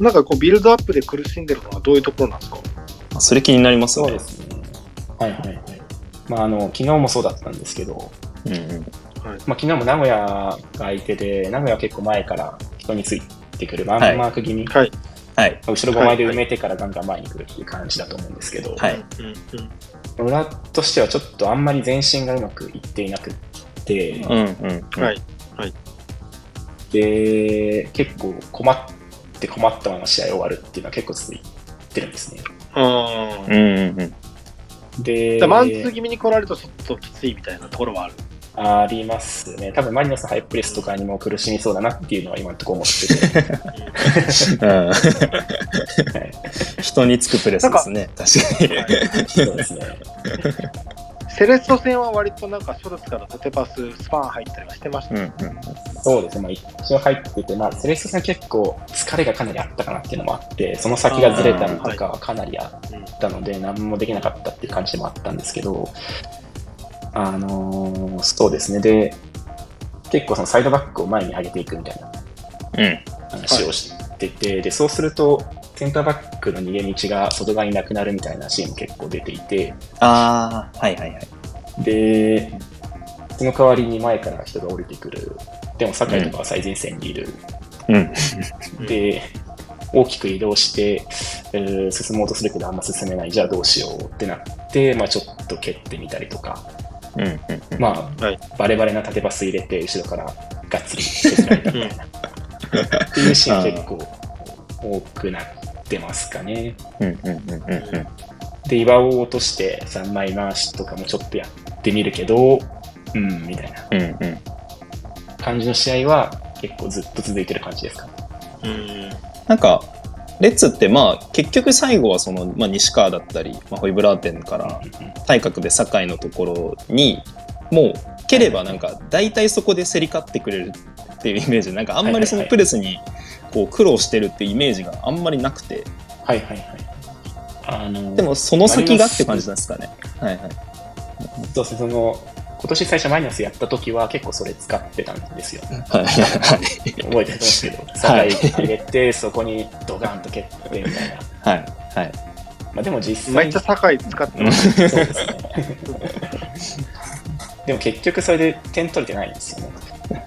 なんかこうビルドアップで苦しんでるのはどういうところなんですか？ それ気になりますね。 そうですね。はいはいはい。昨日もそうだったんですけど、昨日も名古屋が相手で、名古屋は結構前から人についてくるワンマーク気味、 はい後ろ5枚で埋めてからガンガン前に来るっていう感じだと思うんですけど、裏としてはちょっとあんまり前進がうまくいっていなくて、で結構困ったまま試合終わるっていうのは結構続いてるんですね。 でマンツー気味に来られるとちょっときついみたいなところはありますね。多分マリノスのハイプレスとかにも苦しみそうだなっていうのは今のところ思ってて人につくプレスですね。確かに、 そうですね。 セレッソ戦は割となんかショルツから縦パススパン入ったりはしてましたね。 そうですね。一応入ってて、セレッソ戦結構疲れがかなりあったかなっていうのもあって、その先がずれたりとかはかなりあったので、何もできなかったっていう感じでもあったんですけど、そうですね。で、結構そのサイドバックを前に上げていくみたいな話をしてて、で、そうすると、センターバックの逃げ道が外側になくなるみたいなシーンも結構出ていて、で、その代わりに前から人が降りてくる。でも酒井とかは最前線にいる。で、大きく移動して、進もうとするけどあんま進めない。じゃあどうしようってなって、ちょっと蹴ってみたりとか。バレバレな縦パス入れて後ろからがっつり削られたみたいなっていうシーン結構多くなってますかね。で岩尾を落として3枚回しとかもちょっとやってみるけどみたいな感じの試合は結構ずっと続いてる感じですかね。 なんかレッツって結局最後はその、西川だったり、ホイブラーテンから対角で酒井のところにもう蹴ればなんか大体そこで競り勝ってくれるっていうイメージで、なんかあんまりそのプレスにこう苦労してるっていうイメージがあんまりなくて、でもその先がって感じなんですかね。 そうですね。今年最初マイナスやった時は結構それ使ってたんですよ。覚えてると思うんですけど、酒井入れてそこにドガンと蹴ってみたいな。でも実際めっちゃ酒井使ってます。 そうですね。でも結局それで点取れてないんですよね。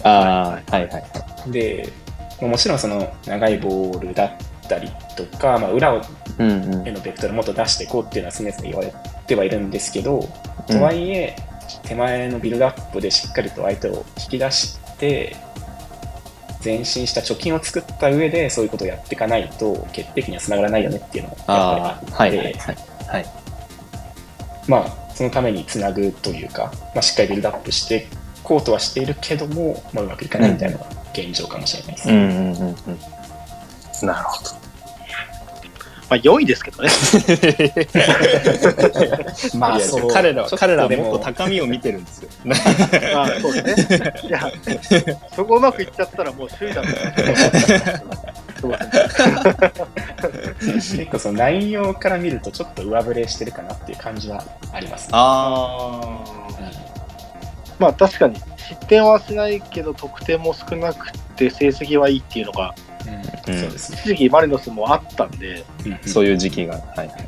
で、もちろんその長いボールだったりとか、裏へのベクトルもっと出していこうっていうのは常々言われてはいるんですけど、とはいえ手前のビルドアップでしっかりと相手を引き出して前進した貯金を作った上でそういうことをやっていかないと決定機にはつながらないよねっていうのがやっぱりあって、そのためにつなぐというか、しっかりビルドアップしてコートはしているけども、うまくいかないみたいなのが現状かもしれないですね。 なるほど。 良いですけどね。 彼らはもっと高みを見てるんですよ。 そうですね。いや、そこうまくいっちゃったらもう首位だと結構その内容から見るとちょっと上振れしてるかなっていう感じはありますね。 確かに失点はしないけど得点も少なくて成績はいいっていうのが、そうですね。一時期マリノスもあったんで、 そういう時期が、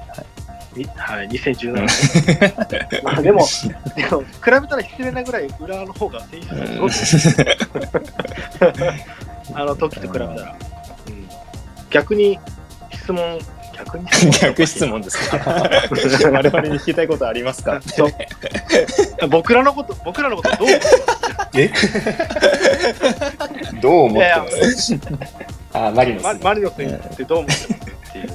2017年。でも比べたら失礼なぐらい裏の方が選手がすごい。あの時と比べたら、逆質問ですか。我々に聞きたいことありますか？ 僕らのことどう思ってます？ どう思ってますマリノスってどう思ってますっていう。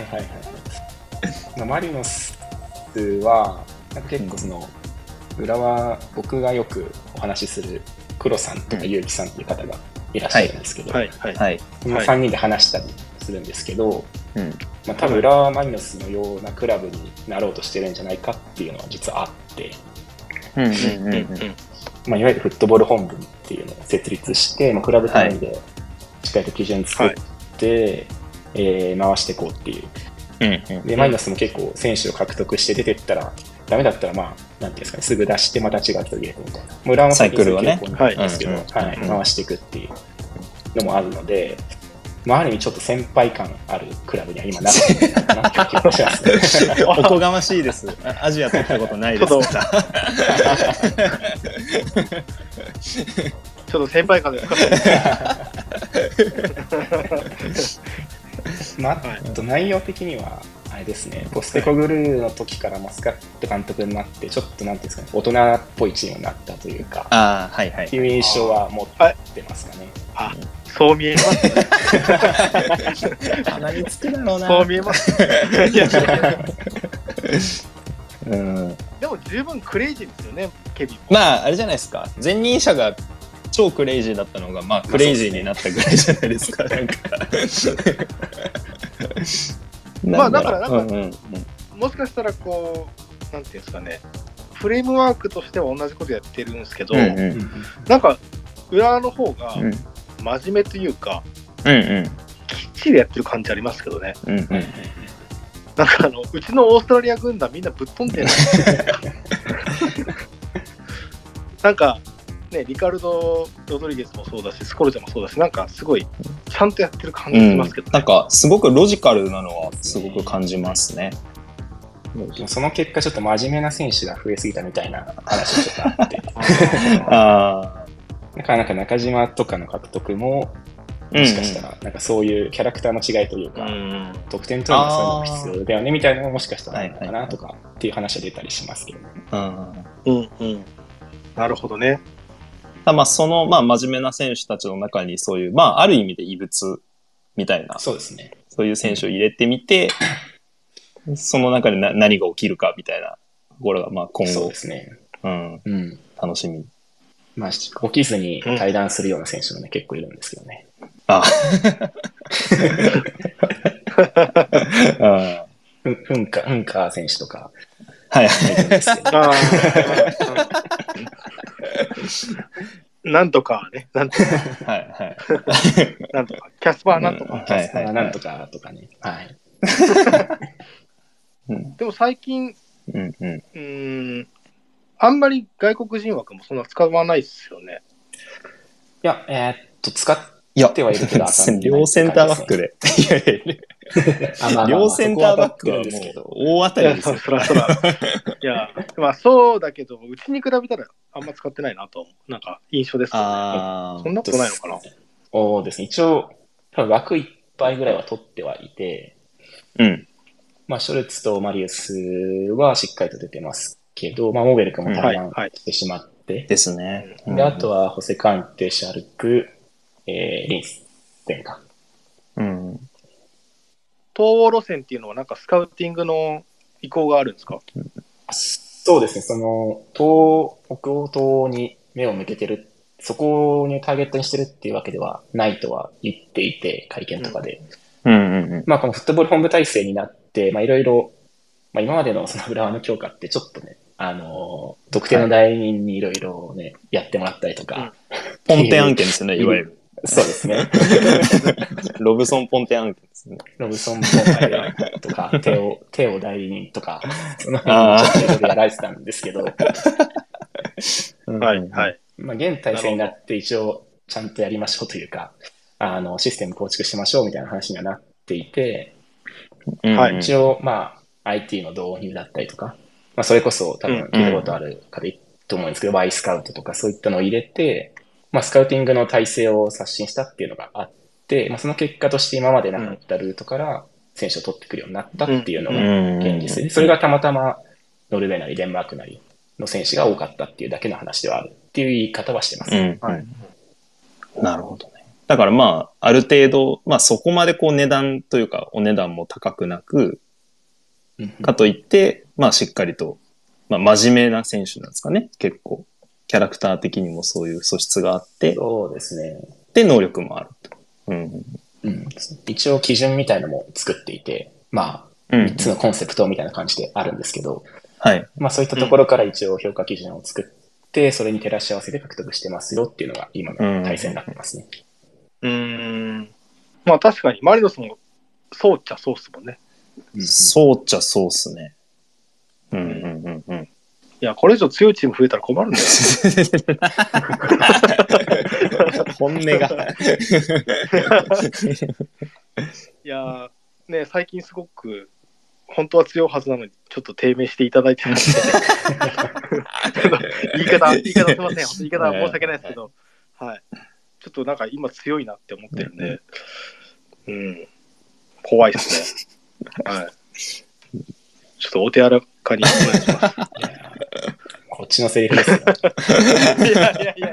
マリノスはなんか結構その裏は僕がよくお話しする黒さんとか結城さんっていう方がいらっしゃるんですけど、その3人で話したりするんですけど、多分浦和マリノスのようなクラブになろうとしてるんじゃないかっていうのは実はあって、いわゆるフットボール本部っていうのを設立して、クラブ単位でしっかりと基準作って、回していこうっていう。でマリノスも結構選手を獲得して出てったらダメだったらなんていうんですかね、すぐ出してまた違う人入れてみたいな。浦和もサイクルをね、 回していくっていうのもあるので、 ある意味ちょっと先輩感あるクラブには今なってるのかなって気がしますね。 おこがましいです。アジア取ったことないですから。 ちょっと先輩感ですか。 まあ、あと内容的にはあれですね、ポステコグルーの時からマスカット監督になってちょっとなんていうんですかね、大人っぽいチームになったというか、 はいはい、 っていう印象は持ってますかね。 あ、そう見えますね。 鼻につくだろうな。 そう見えます。 うん。 でも十分クレイジーですよね、ケビン。 まああれじゃないですか。前任者が超クレイジーだったのが、まあクレイジーになったぐらいじゃないですか。なんか。 まあだからなんか、もしかしたらこうなんていうんですかね、フレームワークとしては同じことやってるんですけど、なんか裏の方が真面目というか、きっちりやってる感じありますけどね。なんかうちのオーストラリア軍団みんなぶっ飛んでる。なんかね、リカルド・ロドリゲスもそうだし、スコルチャもそうだし、なんかすごいちゃんとやってる感じしますけどね。 なんかすごくロジカルなのはすごく感じますね。 その結果ちょっと真面目な選手が増えすぎたみたいな話ちょっとあってなかなか中島とかの獲得ももしかしたらなんかそういうキャラクターの違いというか、得点取るのはそういうのも必要だよねみたいなのももしかしたらあるのかなとかっていう話は出たりしますけどね。 なるほどね。 まあそのまあ真面目な選手たちの中にそういうまあある意味で異物みたいな、 そうですね。 そういう選手を入れてみて、その中で何が起きるかみたいなところがまあ今後そうですね。 楽しみ。 まあ起きずに対談するような選手もね、結構いるんですけどね。フンカー選手とか。 はいなんとかね、なんとか。 はいはい。 なんとか。キャスパーなんとか。 キャスパーなんとかとかね。はい。 でも最近、あんまり外国人枠もそんな使わないですよね。 いや、使ってはいるけど、 両センターバックで。両センターバックはもう大当たりですよ。 いや、まあそうだけど、うちに比べたらあんま使ってないなと、なんか印象ですけどね。そんなことないのかな。 そうですね。一応、多分枠いっぱいぐらいは取ってはいて、まあショルツとマリウスはしっかりと出てますけど、まあモベル君も対談してしまって。 ですね。 で、あとはホセカンテ、シャルク、リンス、テンか。 東欧路線っていうのはなんかスカウティングの意向があるんですか？ そうですね。その北欧東に目を向けてる、そこにターゲットにしてるっていうわけではないとは言っていて、会見とかで。まあこのフットボール本部体制になって、まあいろいろ、まあ今までのその浦和の強化ってちょっとね、特定の代理人にいろいろね、やってもらったりとか。 ポンテ案件ですよね、いわゆる。 そうですね。 ロブソン・ポンテ案件ですね。 ロブソン・ポンテとか、テオ代理人とか、その辺ちょっといろいろやられてたんですけど。 はい、はい。 まあ現体制になって一応ちゃんとやりましょうというか、システム構築しましょうみたいな話にはなっていて、一応まあ IT の導入だったりとか、まあそれこそ多分聞いたことある方いると思うんですけど、Y スカウトとかそういったのを入れて、まあ、スカウティングの体制を刷新したっていうのがあって、まあ、その結果として今までなかったルートから選手を取ってくるようになったっていうのが現実で、それがたまたまノルウェーなりデンマークなりの選手が多かったっていうだけの話ではあるっていう言い方はしてます。 なるほどね。だからまあ、ある程度、まあそこまでこう値段というかお値段も高くなく、かといって、まあしっかりと、まあ真面目な選手なんですかね、結構。キャラクター的にもそういう素質があって、 そうですね。 で、能力もあると。 一応基準みたいなのも作っていて、まあ、3つのコンセプトみたいな感じであるんですけど、まあそういったところから一応評価基準を作って、それに照らし合わせて獲得してますよっていうのが今の体制になってますね。 まあ確かにマリノスもそうっちゃそうっすもんね。 そうっちゃそうっすね。いや、これ以上強いチーム増えたら困るんだよ。 本音が。 いやー、ね、最近すごく、本当は強いはずなのに、ちょっと低迷していただいてるんで、言い方すいません、言い方は申し訳ないですけど、はい。ちょっとなんか今強いなって思ってるんで、怖いですね。はい。ちょっとお手柔らかにお願いします。 こっちのセリフですよ。 いや。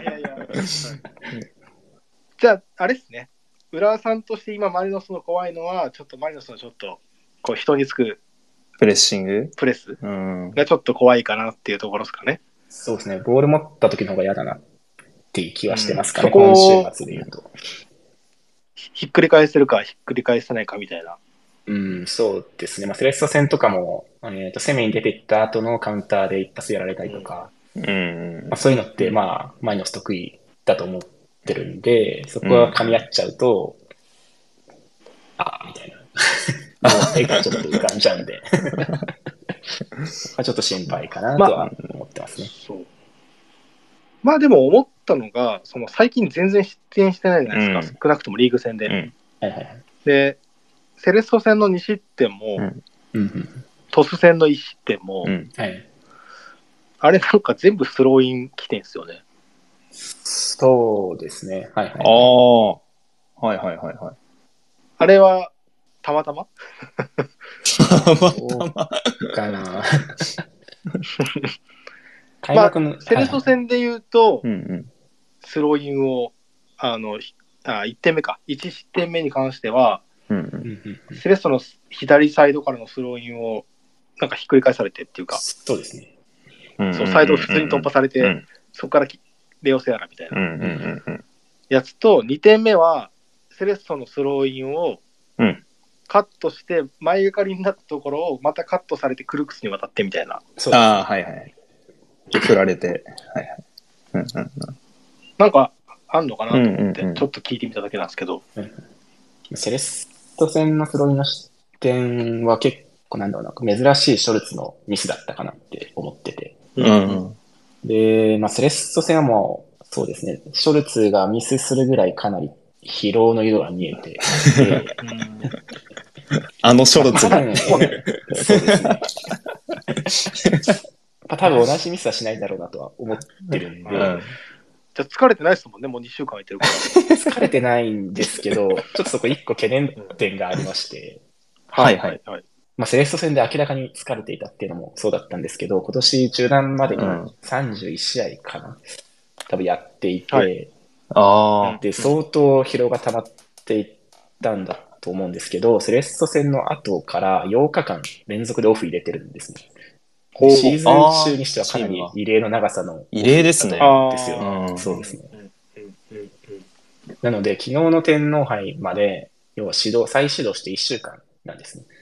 じゃあ、あれですね。浦和さんとして今、マリノスの怖いのは、ちょっとマリノスのちょっと、こう人につくプレッシングプレスがちょっと怖いかなっていうところですかね。 そうですね。ボール持った時の方が嫌だなっていう気はしてますかね。 そこを今週末で言うと。 ひっくり返せるか、ひっくり返せないかみたいな。 そうですね。セレッソ戦とかも、攻めに出ていった後のカウンターで一発やられたりとか、そういうのって、マイノス得意だと思ってるんで、そこは噛み合っちゃうと、みたいな。絵がちょっと浮かんじゃうんで。ちょっと心配かなとは思ってますね。 まあでも思ったのが、その最近全然失点してないじゃないですか。少なくともリーグ戦で。で、セレッソ戦の2失点も、トス戦の1失点も、あれなんか全部スローイン来てんすよね。 そうですね。はい。 あれはたまたまかな。 セレッソ戦で言うと、スローインを1点目か。1失点目に関しては、セレッソの左サイドからのスローインをなんかひっくり返されてっていうか、 そうですね。 そうサイドを普通に突破されて、そこからレオセアラみたいなやつと、2点目はセレッソのスローインをカットして前がかりになったところをまたカットされてクルクスに渡ってみたいな。 振られて、 なんかあんのかなと思ってちょっと聞いてみただけなんですけど、 セレッソ戦のスローインの失点は結構珍しいショルツのミスだったかなって思ってて、で、セレッソ戦はもうそうですね、ショルツがミスするぐらいかなり疲労の色が見えてあのショルツが、 そうですね。多分同じミスはしないだろうなとは思ってるんで。 じゃあ疲れてないですもんね、もう2週間空いてるから。 疲れてないんですけど、ちょっとそこ1個懸念点がありまして。セレッソ戦で明らかに疲れていたっていうのもそうだったんですけど、今年中断までに31試合かな、多分やっていて、で相当疲労が溜まっていったんだと思うんですけど、セレッソ戦の後から8日間連続でオフ入れてるんですね。シーズン中にしてはかなり異例の長さの異例ですね。 そうですね。なので、昨日の天皇杯まで、要は再始動して1週間なんですね。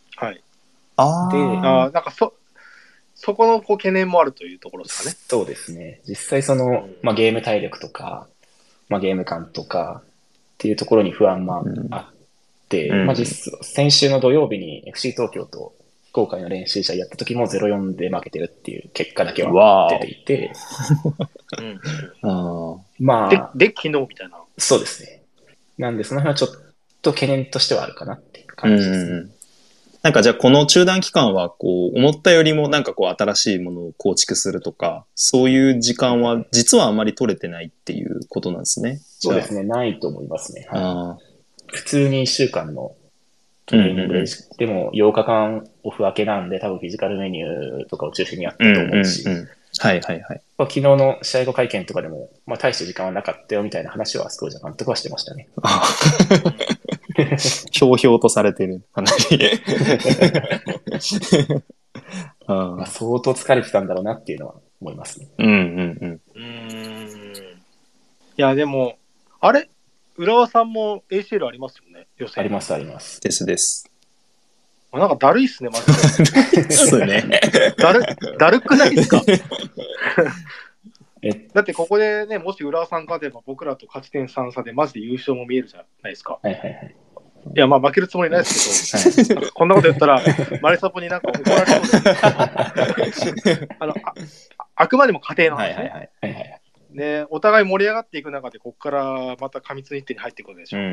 なんかそこの懸念もあるというところですかね。 そうですね。実際ゲーム体力とか、ゲーム感とかっていうところに不安もあって、先週の土曜日に FC 東京と福岡の練習試合やった時も 0-4 で負けてるっていう結果だけは出ていて、 で昨日みたいな。 そうですね。なんでその辺はちょっと懸念としてはあるかなっていう感じですね。 なんかじゃあこの中断期間はこう思ったよりもなんかこう新しいものを構築するとか、そういう時間は実はあまり取れてないっていうことなんですね。 そうですね、ないと思いますね。普通に1週間のトレーニングでも8日間オフ明けなんで、多分フィジカルメニューとかを中心にやったと思うし、昨日の試合後会見とかでも、大した時間はなかったよみたいな話はストージャ監督はしてましたね。 ひょうひょうとされてる話。 相当疲れてたんだろうなっていうのは思いますね。 いや、でも、あれ浦和さんも ACL ありますよね、予選。 あります、あります。 です。。 なんかだるいっすね、マジで。 ですね。 だるくないですかだってここでね、もし浦和さん勝てば僕らと勝ち点3差でマジで優勝も見えるじゃないですか。いや、負けるつもりないですけど、こんなこと言ったら、マリサポになんか怒られそうです。あくまでも家庭の話ね。 ね、お互い盛り上がっていく中で、ここからまた過密日程に入っていくわけでしょ。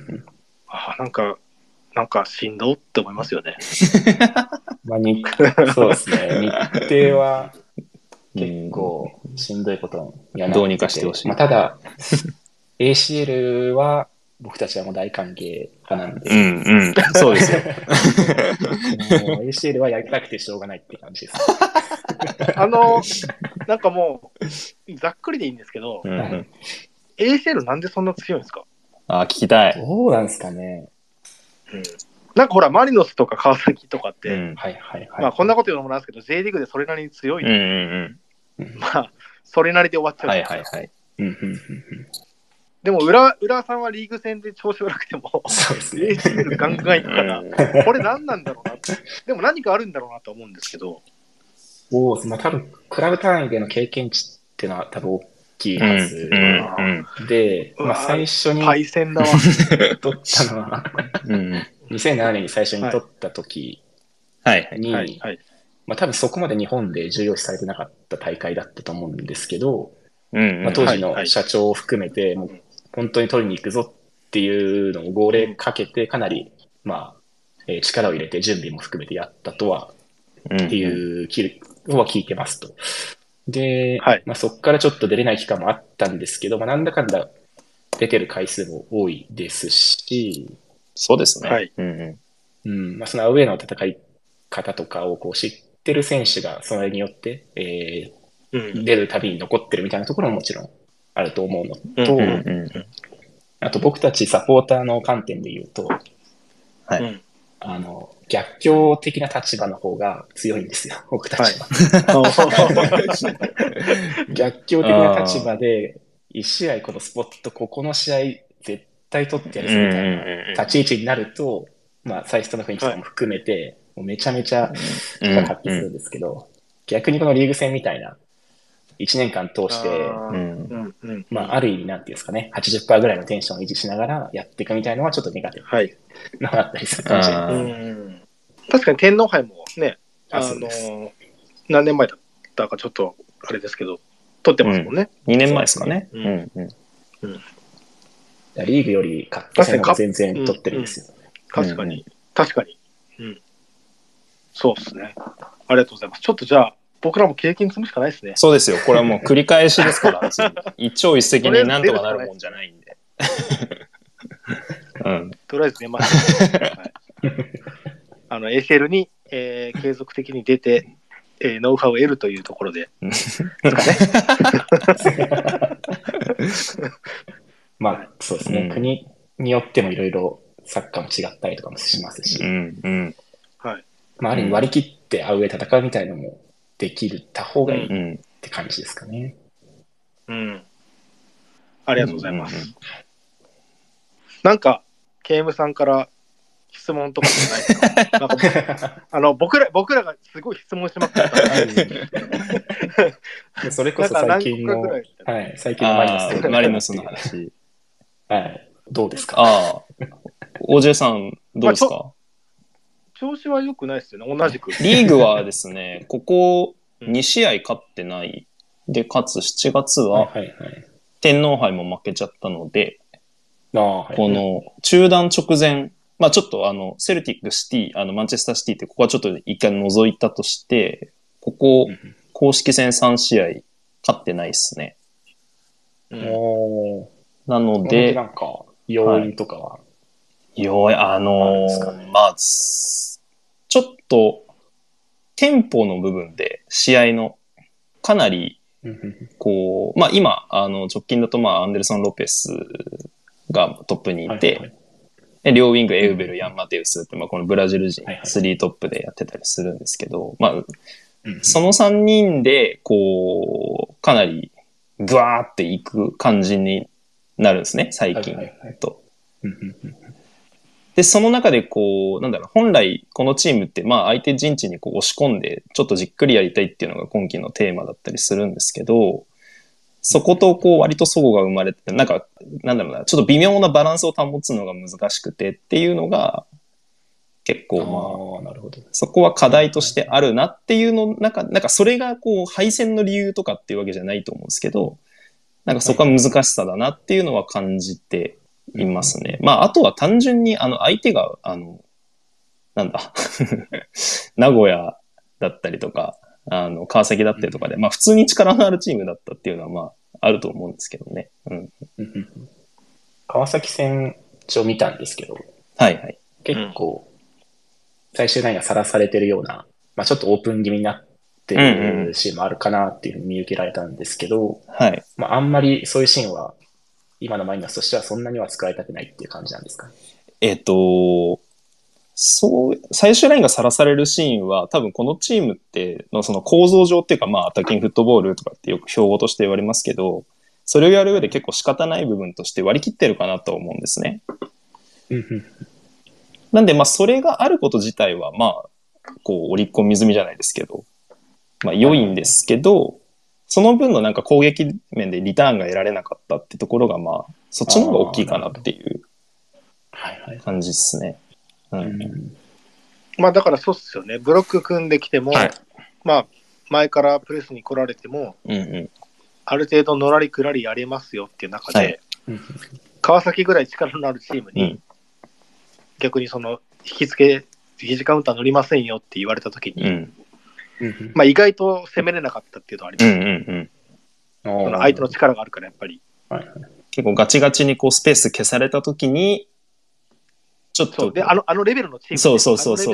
なんかしんどって思いますよね。 まあ、そうですね。日程は結構しんどいことにはなってて、 どうにかしてほしい。 まあ、ただ、ACL は僕たちはもう大歓迎派なんで。 そうですよ。 もう ACL はやりたくてしょうがないって感じです。 なんかもう、ざっくりでいいんですけど、ACL なんでそんな強いんですか？ 聞きたい。 どうなんですかね。 なんかほら、マリノスとか川崎とかって、 まあこんなこと言うのもなんですけど、J リーグでそれなりに強い。まあ、それなりで終わっちゃう。でも浦さんはリーグ戦で調子悪くても、ACL ガンガンいくから、これ何なんだろうなって。でも何かあるんだろうなと思うんですけど。 そうですね。多分、クラブ単位での経験値っていうのは多分大きいはずで、まあ最初にパイセンだわ取ったのは、2007年に最初に取った時に、まあ多分そこまで日本で重要視されてなかった大会だったと思うんですけど、まあ当時の社長を含めて、もう本当に取りに行くぞっていうのを号令かけて、かなり、まあ、力を入れて準備も含めてやったとは、っていうのは聞いてますと。で、まあ、そこからちょっと出れない期間もあったんですけど、まあ、なんだかんだ出てる回数も多いですし、 そうですね。 まあ、そのアウェーの戦い方とかをこう知ってる選手がそれによって、出るたびに残ってるみたいなところももちろんあると思うのと、あと僕たちサポーターの観点で言うと、逆境的な立場の方が強いんですよ、僕たちは。逆境的な立場で、1試合このスポット、ここの試合絶対取ってやるぞみたいな立ち位置になると、まあ、サイストの雰囲気とかも含めて、もうめちゃめちゃ力発揮するんですけど、逆にこのリーグ戦みたいな、1年間通して、まあ、ある意味、なんていうんですかね、80% ぐらいのテンションを維持しながらやっていくみたいなのはちょっと苦手なかったりするかもしれないです。 確かに天皇杯もね、何年前だったかちょっとあれですけど、取ってますもんね。 2年前ですかね。 リーグよりカット戦が全然取ってるんですよ。 確かに。そうですね。ありがとうございます。ちょっとじゃあ、僕らも経験積むしかないですね。 そうですよ。これはもう繰り返しですから、一朝一夕になんとかなるもんじゃないんで。 とりあえず出ました。ACL に、継続的に出て、ノウハウを得るというところで。 まあ、そうですね。国によってもいろいろサッカーも違ったりとかもしますし。まあ、ある意味割り切ってアウェー戦うみたいなのもできた方がいいって感じですかね。 ありがとうございます。なんか、ケイムさんから質問とかじゃないですか。僕らがすごい質問しまくった。 それこそ最近のマリノスの話。 どうですか OJ さん、どうですか？ 調子は良くないですよね、同じく。 リーグはですね、ここ2試合勝ってない。で、かつ7月は天皇杯も負けちゃったので、この中断直前、まあちょっとセルティックシティ、マンチェスターシティってここはちょっと一回除いたとして、ここ公式戦3試合勝ってないですね。なので、 なんか要因とかは、 まあ、ちょっと、テンポの部分で試合のかなり、こう、まあ今、直近だとまあアンデルソン・ロペスがトップにいて、両ウィング、エウベル、ヤン・マテウスって、まあこのブラジル人3トップでやってたりするんですけど、まあ、その3人で、こう、かなり、ブワーっていく感じになるんですね、最近と。で、その中でこう、なんだろう、本来このチームって、まあ相手陣地にこう押し込んで、ちょっとじっくりやりたいっていうのが今季のテーマだったりするんですけど、そことこう割と齟齬が生まれて、なんか、なんだろうな、ちょっと微妙なバランスを保つのが難しくてっていうのが、結構まあ、そこは課題としてあるなっていうの、なんかそれがこう敗戦の理由とかっていうわけじゃないと思うんですけど、 なんかそこは難しさだなっていうのは感じていますね。まあ、あとは単純に、相手が、なんだ、名古屋だったりとか、川崎だったりとかで、まあ、普通に力のあるチームだったっていうのは、まあ、あると思うんですけどね。うん。 川崎戦、一応見たんですけど、 はいはい。 結構、最終ラインがさらされてるような、まあ、ちょっとオープン気味になってるシーンもあるかなっていうふうに見受けられたんですけど、 はい。 まあ、あんまりそういうシーンは、今のマリノスとしてはそんなには使いたくないっていう感じなんですかね。 最終ラインがさらされるシーンは、多分このチームってのその構造上っていうか、まあ、アタッキングフットボールとかってよく標語として言われますけど、それをやる上で結構仕方ない部分として割り切ってるかなと思うんですね。なんで、まあ、それがあること自体は、まあ、こう、織り込み済みじゃないですけど、まあ、良いんですけど、その分のなんか攻撃面でリターンが得られなかったってところが、まあ、そっちの方が大きいかなっていう感じですね。 まあ、だからそうっすよね。ブロック組んできても、 はい、 まあ、前からプレスに来られても、ある程度のらりくらりやれますよっていう中で、川崎ぐらい力のあるチームに、逆にその引き付け肘カウンター乗りませんよって言われたときに、まあ意外と攻めれなかったっていうのはありますその相手の力があるからやっぱり、 結構ガチガチにこうスペース消されたときにちょっとであのレベルのチーム、 そう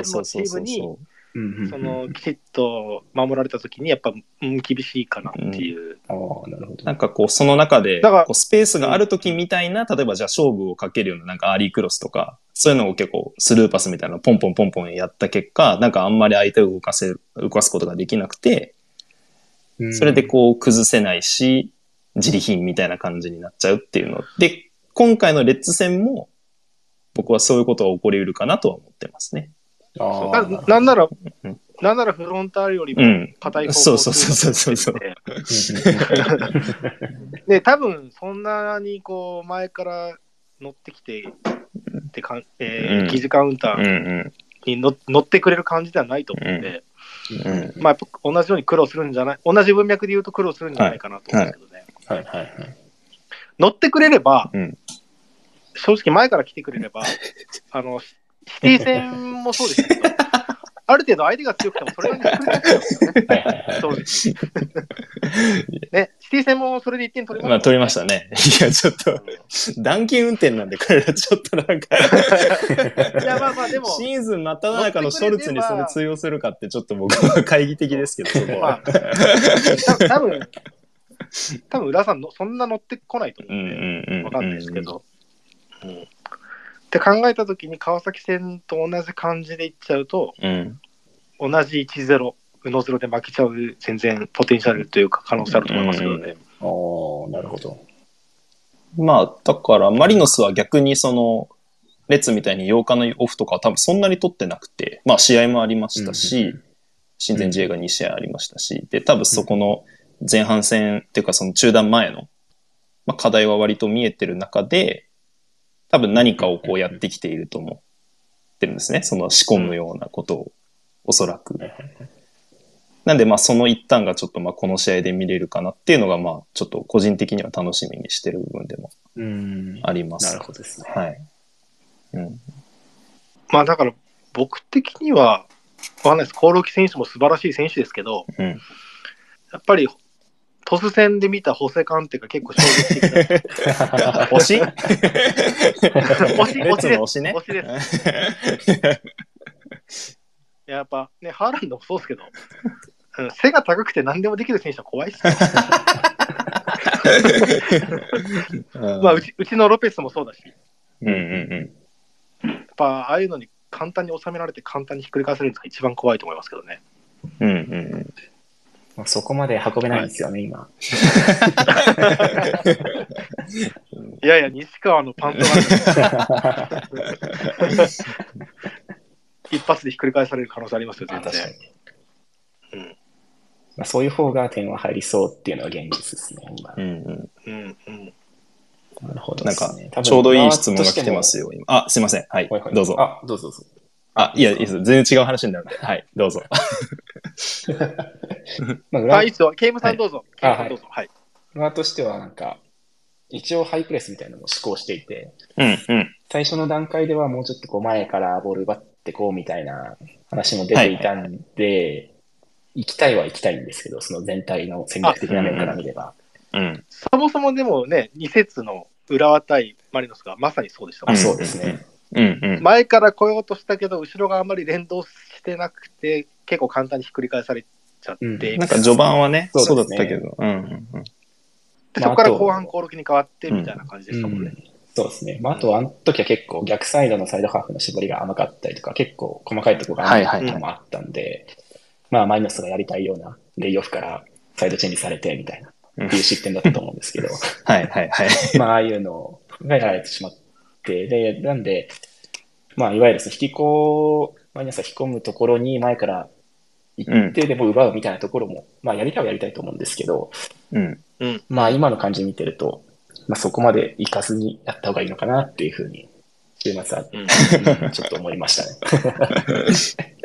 そのきちっと守られたときにやっぱ、厳しいかなっていう、 なんかこうその中でこうスペースがあるときみたいな、例えばじゃあ勝負をかけるようななんかアーリークロスとかそういうのを結構スルーパスみたいなのポンポンやった結果、なんかあんまり相手を動かすことができなくて、それでこう崩せないし自利品みたいな感じになっちゃうっていうので、今回のレッツ戦も僕はそういうことが起こりうるかなとは思ってますね。 なんならフロンターレよりも硬い方向そうで、多分そんなにこう前から乗ってきてって疑似カウンターに乗ってくれる感じではないと思うんで、まあやっぱ同じように苦労するんじゃない、同じ文脈で言うと苦労するんじゃないかなと思うんですけどね。乗ってくれれば、正直前から来てくれれば、シティ戦もそうでしたけど、ある程度相手が強くてもそれなりに作れたんですよね。正直。ね、シティ戦もそれで1点取りましたね。 まあ取りましたね。いや、ちょっと、暖気運転なんで、彼らちょっとなんかいや、まあでも、 シーズン真っ只中のショルツにそれ通用するかってちょっと僕は懐疑的ですけど、そこは。 多分浦さんのそんな乗ってこないと思うんで、わかんないですけど。って考えたときに川崎戦と同じ感じでいっちゃうと、同じ 1-0、うの0で負けちゃう全然ポテンシャルというか可能性あると思いますけどね。 なるほど。 まあ、だからマリノスは逆にその、レッツみたいに8日のオフとかは多分そんなに取ってなくて、まあ試合もありましたし、親善試合が2試合ありましたし、で、多分そこの前半戦っていうかその中断前の、まあ、課題は割と見えてる中で、多分何かをこうやってきていると思ってるんですね。その仕込むようなことを、おそらく。なんでまあその一端がちょっとまあこの試合で見れるかなっていうのがまあちょっと個人的には楽しみにしてる部分でもあります。 なるほどですね。 はい。 まあだから僕的には、わかんないです。興梠選手も素晴らしい選手ですけど、やっぱりトス戦で見たホセカンっていうか結構衝撃的だ推し推しね。 推しです。やっぱね、ハーランドもそうですけど、背が高くて何でもできる選手は怖いっすよ。まあうちのロペスもそうだし。やっぱああいうのに簡単に収められて簡単にひっくり返されるのが一番怖いと思いますけどね。 そこまで運べないんですよね、今。 いやいや、西川のパントが一発でひっくり返される可能性ありますよ、全然。 そういう方が点は入りそうっていうのは現実ですね、今。なるほどですね。 なんか、ちょうどいい質問が来てますよ、今。あ、すいません。はい、どうぞ。 どうぞ。 いや、いいです。全然違う話になるんで。はい、どうぞ。 いいっすよ。ケイムさんどうぞ。はい。 側としてはなんか、一応ハイプレスみたいなのも試行していて、最初の段階ではもうちょっとこう前からボール奪ってこうみたいな話も出ていたんで、行きたいは行きたいんですけど、その全体の戦略的な面から見れば。 そもそもでもね、2節の浦和対マリノスがまさにそうでしたもんね。そうですね。 前から来ようとしたけど、後ろがあんまり連動してなくて、結構簡単にひっくり返されちゃって。 なんか序盤はね、そうだったけど。 そこから後半興梠に変わってみたいな感じでしたもんね。 そうですね。あと、あの時は結構逆サイドのサイドハーフの絞りが甘かったりとか、結構細かいところが甘いのもあったんで、マリノスがやりたいようなレイオフからサイドチェンジされてみたいな、っていう失点だったと思うんですけど、ああいうのがやられてしまって、で、なんで、いわゆるマリノスが引き込むところに前から行って、でも奪うみたいなところも、やりたいはやりたいと思うんですけど、今の感じ見てると、そこまで行かずにやった方がいいのかなっていうふうに、週末は、ちょっと思いましたね。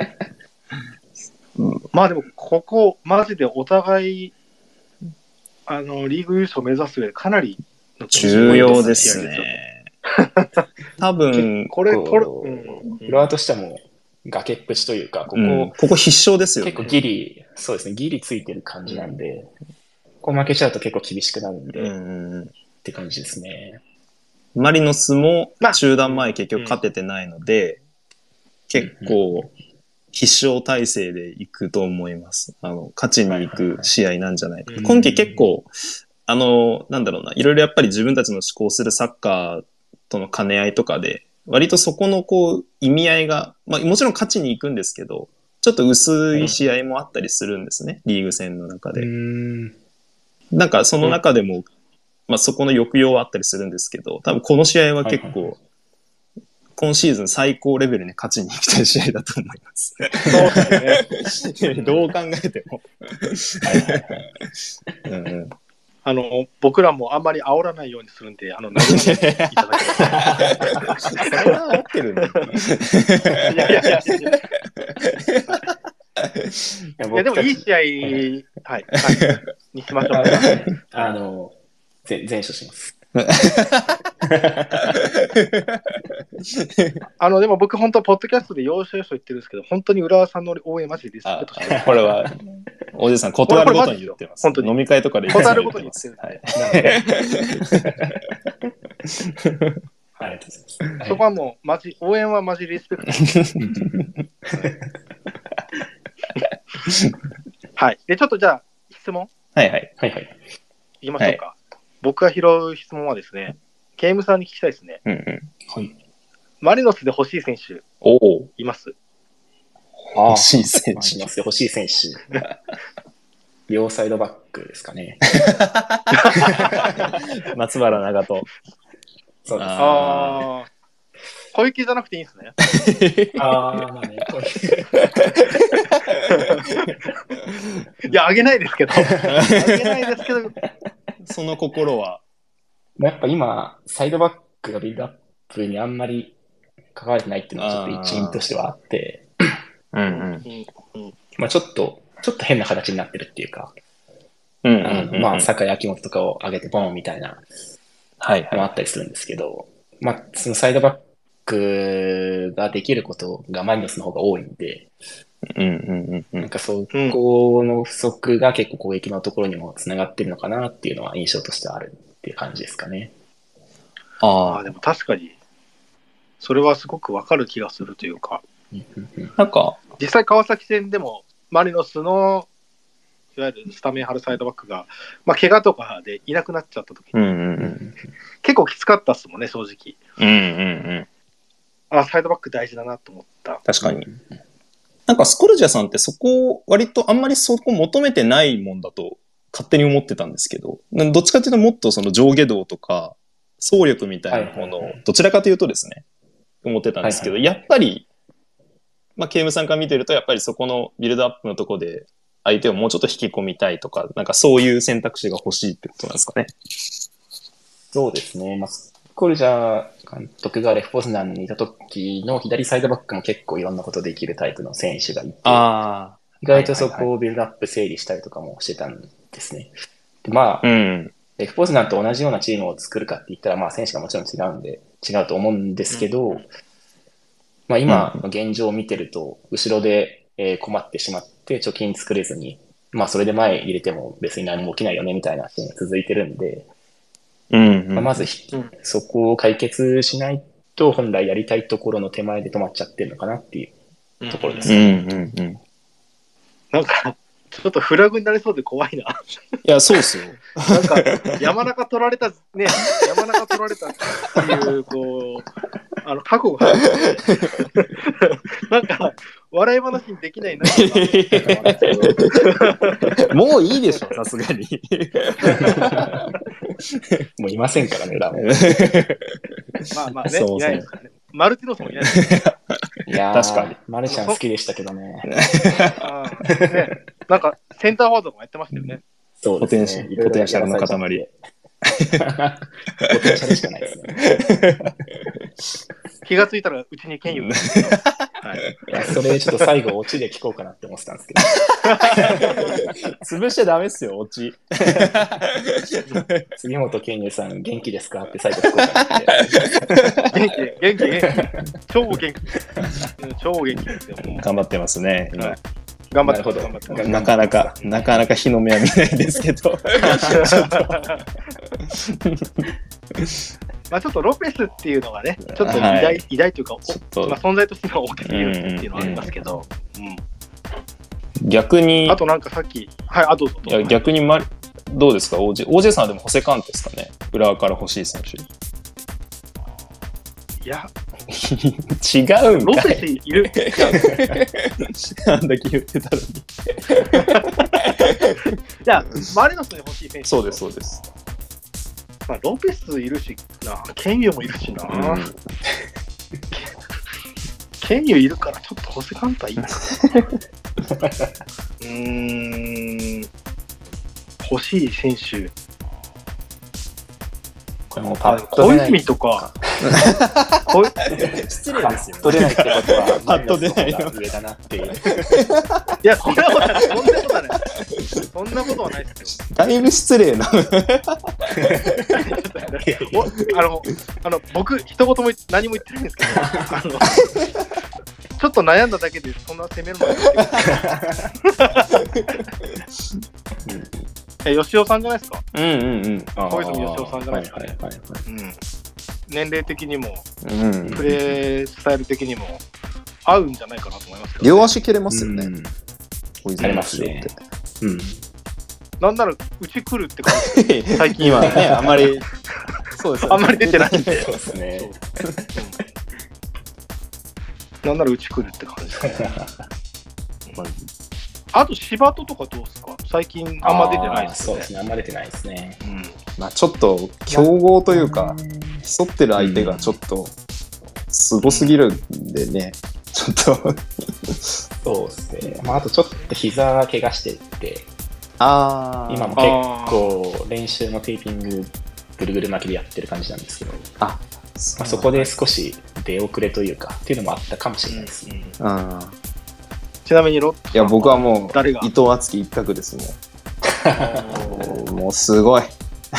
でも、ここ、マジでお互い、リーグ優勝を目指す上でかなり重要ですね。多分、 これ、浦和としてはもう、崖っぷちというか、 ここ必勝ですよね。 結構ギリついてる感じなんで、こう負けちゃうと結構厳しくなるんで、って感じですね。 マリノスも中断前結局勝ててないので、結構必勝体制でいくと思います。勝ちに行く試合なんじゃないか。今季結構、なんだろうな、いろいろやっぱり自分たちの思考するサッカーとの兼ね合いとかで、割とそこの意味合いが、もちろん勝ちに行くんですけど、ちょっと薄い試合もあったりするんですね、リーグ戦の中で。なんかその中でも、そこの抑揚はあったりするんですけど、多分この試合は結構、今シーズン最高レベルに勝ちに行きたい試合だと思います。そうですね。どう考えても。 僕らもあんまり煽らないようにするんで、投げていただければ。 それは煽ってるの？ いやでもいい試合、にしましょう。 全勝します。 でも僕本当ポッドキャストで要所要所言ってるんですけど、本当に浦和さんの応援マジでリスペクトしてます。 これはおじさん断るごとに言ってます。本当に飲み会とかで断るごとに言ってる。 ありがとうございます。 そこはもう応援はマジリスペクト。はい。でちょっとじゃあ質問。いきましょうか。僕が拾う質問はですね、ケイムさんに聞きたいですね。マリノスで欲しい選手、います？ 欲しい選手。 欲しい選手。両サイドバックですかね。 松原長門。 そうです。 小池じゃなくていいんですね。いや、あげないですけど。 その心は。 やっぱ今、サイドバックがビルドアップにあんまり関われてないっていうのはちょっと一因としてはあって、ちょっと変な形になってるっていうか、酒井秋元とかを上げてボンみたいなのもあったりするんですけど、そのサイドバックができることがマリノスの方が多いんで、なんかそこの不足が結構攻撃のところにもつながってるのかなっていうのは印象としてはあるっていう感じですかね。 でも確かにそれはすごくわかる気がするというか、 なんか実際川崎戦でもマリノスのいわゆるスタメン張るサイドバックが、怪我とかでいなくなっちゃった時に、結構きつかったっすもんね、正直。サイドバック大事だなと思った。 確かに。なんかスコルジャさんってそこ割とあんまりそこ求めてないもんだと勝手に思ってたんですけど、どっちかというともっとその上下動とか走力みたいなものをどちらかというとですね、思ってたんですけど、やっぱり、ケイムさんから見てるとやっぱりそこのビルドアップのとこで相手をもうちょっと引き込みたいとか、なんかそういう選択肢が欲しいってことなんですかね。 そうですね。スコルジャー監督がレフポズナンにいた時の左サイドバックも結構いろんなことできるタイプの選手がいて、意外とそこをビルドアップ整理したりとかもしてたんですね。でエフポズナンと同じようなチームを作るかって言ったら、まあ選手がもちろん違うんで、違うと思うんですけど、まあ今の現状を見てると、後ろで困ってしまって貯金作れずに、まあそれで前入れても別に何も起きないよねみたいなシーンが続いてるんで、まずそこを解決しないと本来やりたいところの手前で止まっちゃってるのかなっていうところですね。 なんかちょっとフラグになりそうで怖いな。いや、そうっすよ。 なんか山中取られたね、山中取られたっていうこう過去がなんか笑い話にできないな。 もういいでしょ、さすがに。 もういませんからね、裏も。 まあまあね、いないですからね。マルティノスもいないですから。 いやー、確かに。マルちゃん好きでしたけどね。 なんかセンターフォワードもやってましたよね。 そうですね。 ポテンシャルの塊。 ポテンシャルしかないですね。 気がついたらうちに剣佑が。 いや、それちょっと最後オチで聞こうかなって思ってたんですけど。 潰しちゃダメっすよ、オチ。 杉本健佑さん元気ですかって最後聞こうかなって。 元気。超元気。超元気ですよ。 頑張ってますね。 頑張ってなかなか日の目は見ないんですけど。 まあちょっとロペスっていうのがね、ちょっと偉大というか、存在としては大きいっていうのはありますけど、 逆に、 あとなんかさっき、どうぞ。 いや逆にどうですか、OJ さんはでもホセカンテですかね、浦和から欲しい選手。 いや、 違うんかい。 ロペスいる。 あんだけ言ってたのに。いや、マリノスに欲しい選手。 そうです。 まあ、ロペスいるしな、ケンユもいるしな。ケンユいるからちょっとホセカンタいいな。欲しい選手。 これもパッと出ない。小泉とか。 失礼ですよ。 パッと出ないってことは、 パッと出ないの上だなっていう。 いや、そんなことはない。そんなことはないですよ。 だいぶ失礼な。 僕、一言も何も言ってないんですけど、ちょっと悩んだだけでそんな責めるの吉尾さんじゃないですか。小泉吉尾さんじゃないですかね。年齢的にも、プレースタイル的にも合うんじゃないかなと思いますけど、 両足蹴れますよね。 ありますね。 なんならうち来るって感じ。最近はね、あんまりそうです。 あんまり出てないんで。 そうですね。 なんならうち来るって感じですね。あと柴戸とかどうですか？最近あんま出てないですね。 そうですね、あんま出てないですね。 まあちょっと強豪というか競ってる相手がちょっとすごすぎるんでね、ちょっとそうですね。まああとちょっと膝怪我してて、今も結構練習のテーピングぐるぐる巻きでやってる感じなんですけど、そこで少し出遅れというかっていうのもあったかもしれないですね。 ちなみにいや僕はもう伊藤敦樹一択ですもん。もうすごい。い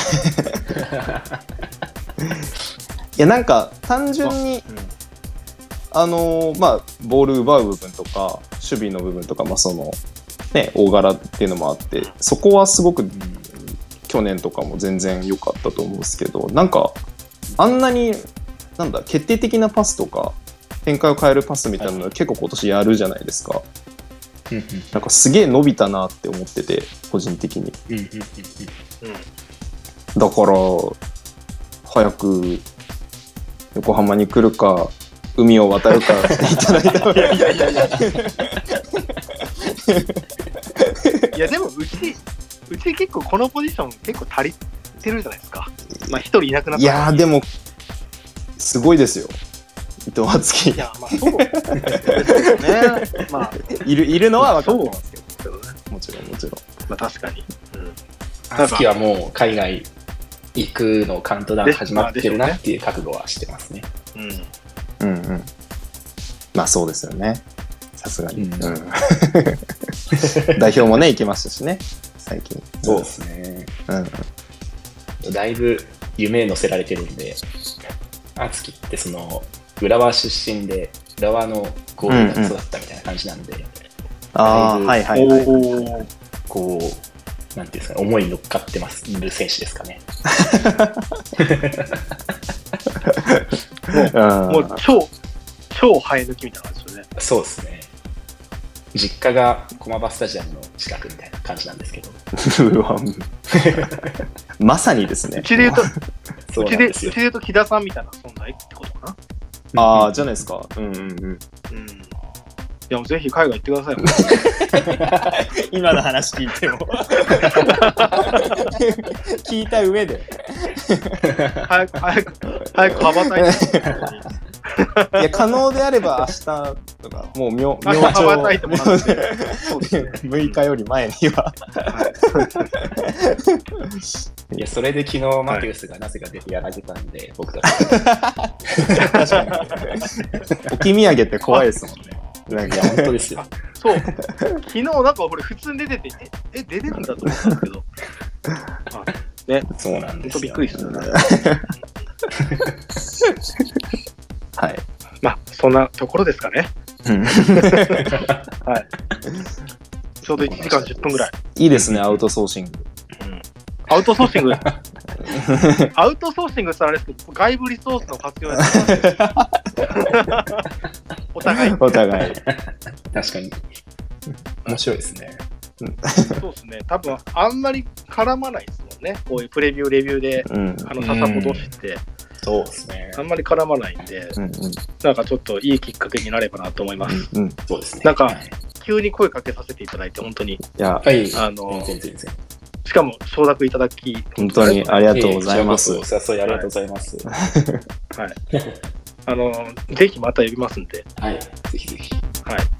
やなんか単純にまあボール奪う部分とか守備の部分とかそのね大柄っていうのもあってそこはすごく去年とかも全然良かったと思うんですけど、なんかあんなに決定的なパスとか展開を変えるパスみたいなの結構今年やるじゃないですか。なんかすげえ伸びたなって思ってて個人的に。だから早く横浜に来るか海を渡るかしていただいた。 いやでもうち結構このポジション結構足りてるじゃないですか。まあ一人いなくなった。 いやでもすごいですよ。伊藤敦樹。 いやまあそうですよね。まあいるのは分かってますけどね。もちろん。 まあ確かに。 敦樹はもう海外行くのカウントダウン始まってるなっていう覚悟はしてますね。 まあそうですよね。さすがに。代表もね行きましたしね最近。 そうですね。 だいぶ夢乗せられてるんで、あつきってその浦和出身で浦和のゴールが育ったみたいな感じなんで、 ああ、はいはいはい。 こう、なんていうんですか、思いに乗っかってまする選手ですかね。 もう超生え抜きみたいな感じですよね。 そうですね。実家が駒場スタジアムの近くみたいな感じなんですけど。 まさにですね。 うちで言うと木田さんみたいな存在ってことかな。ああ、じゃないですか。 いや、もうぜひ海外行ってください。今の話聞いても。聞いた上で。 早く羽ばたいて。 いや、可能であれば明日とか、もう明朝羽ばたいてもらって、 6日より前には。 いや、それで昨日マテウスがなぜか出てやられたんで、僕たち。 確かに。置き土産って怖いですもんね。 なんか本当ですよ。 そう。昨日なんかこれ普通に出てて、出てるんだと思ったんですけど。ね。 そうなんですよ。 びっくりしたね。 はい。 まあ、そんなところですかね。はい。ちょうど1時間10分ぐらい。 いいですね、アウトソーシング。 アウトソーシングアウトソーシングしたらあれですけど、外部リソースの活用やってます。お互い。 確かに。面白いですね。 そうですね。多分あんまり絡まないですもんね。こういうプレビュー、レビューで、笹子同士って。 そうですね。 あんまり絡まないんで、なんかちょっといいきっかけになればなと思います。 そうですね。 なんか、急に声かけさせていただいて、本当に。 いや、 全然。 しかも承諾いただき、 本当にありがとうございます。 お誘いありがとうございます。 はい。ぜひまた呼びますんで。 はい。ぜひぜひ。 はい。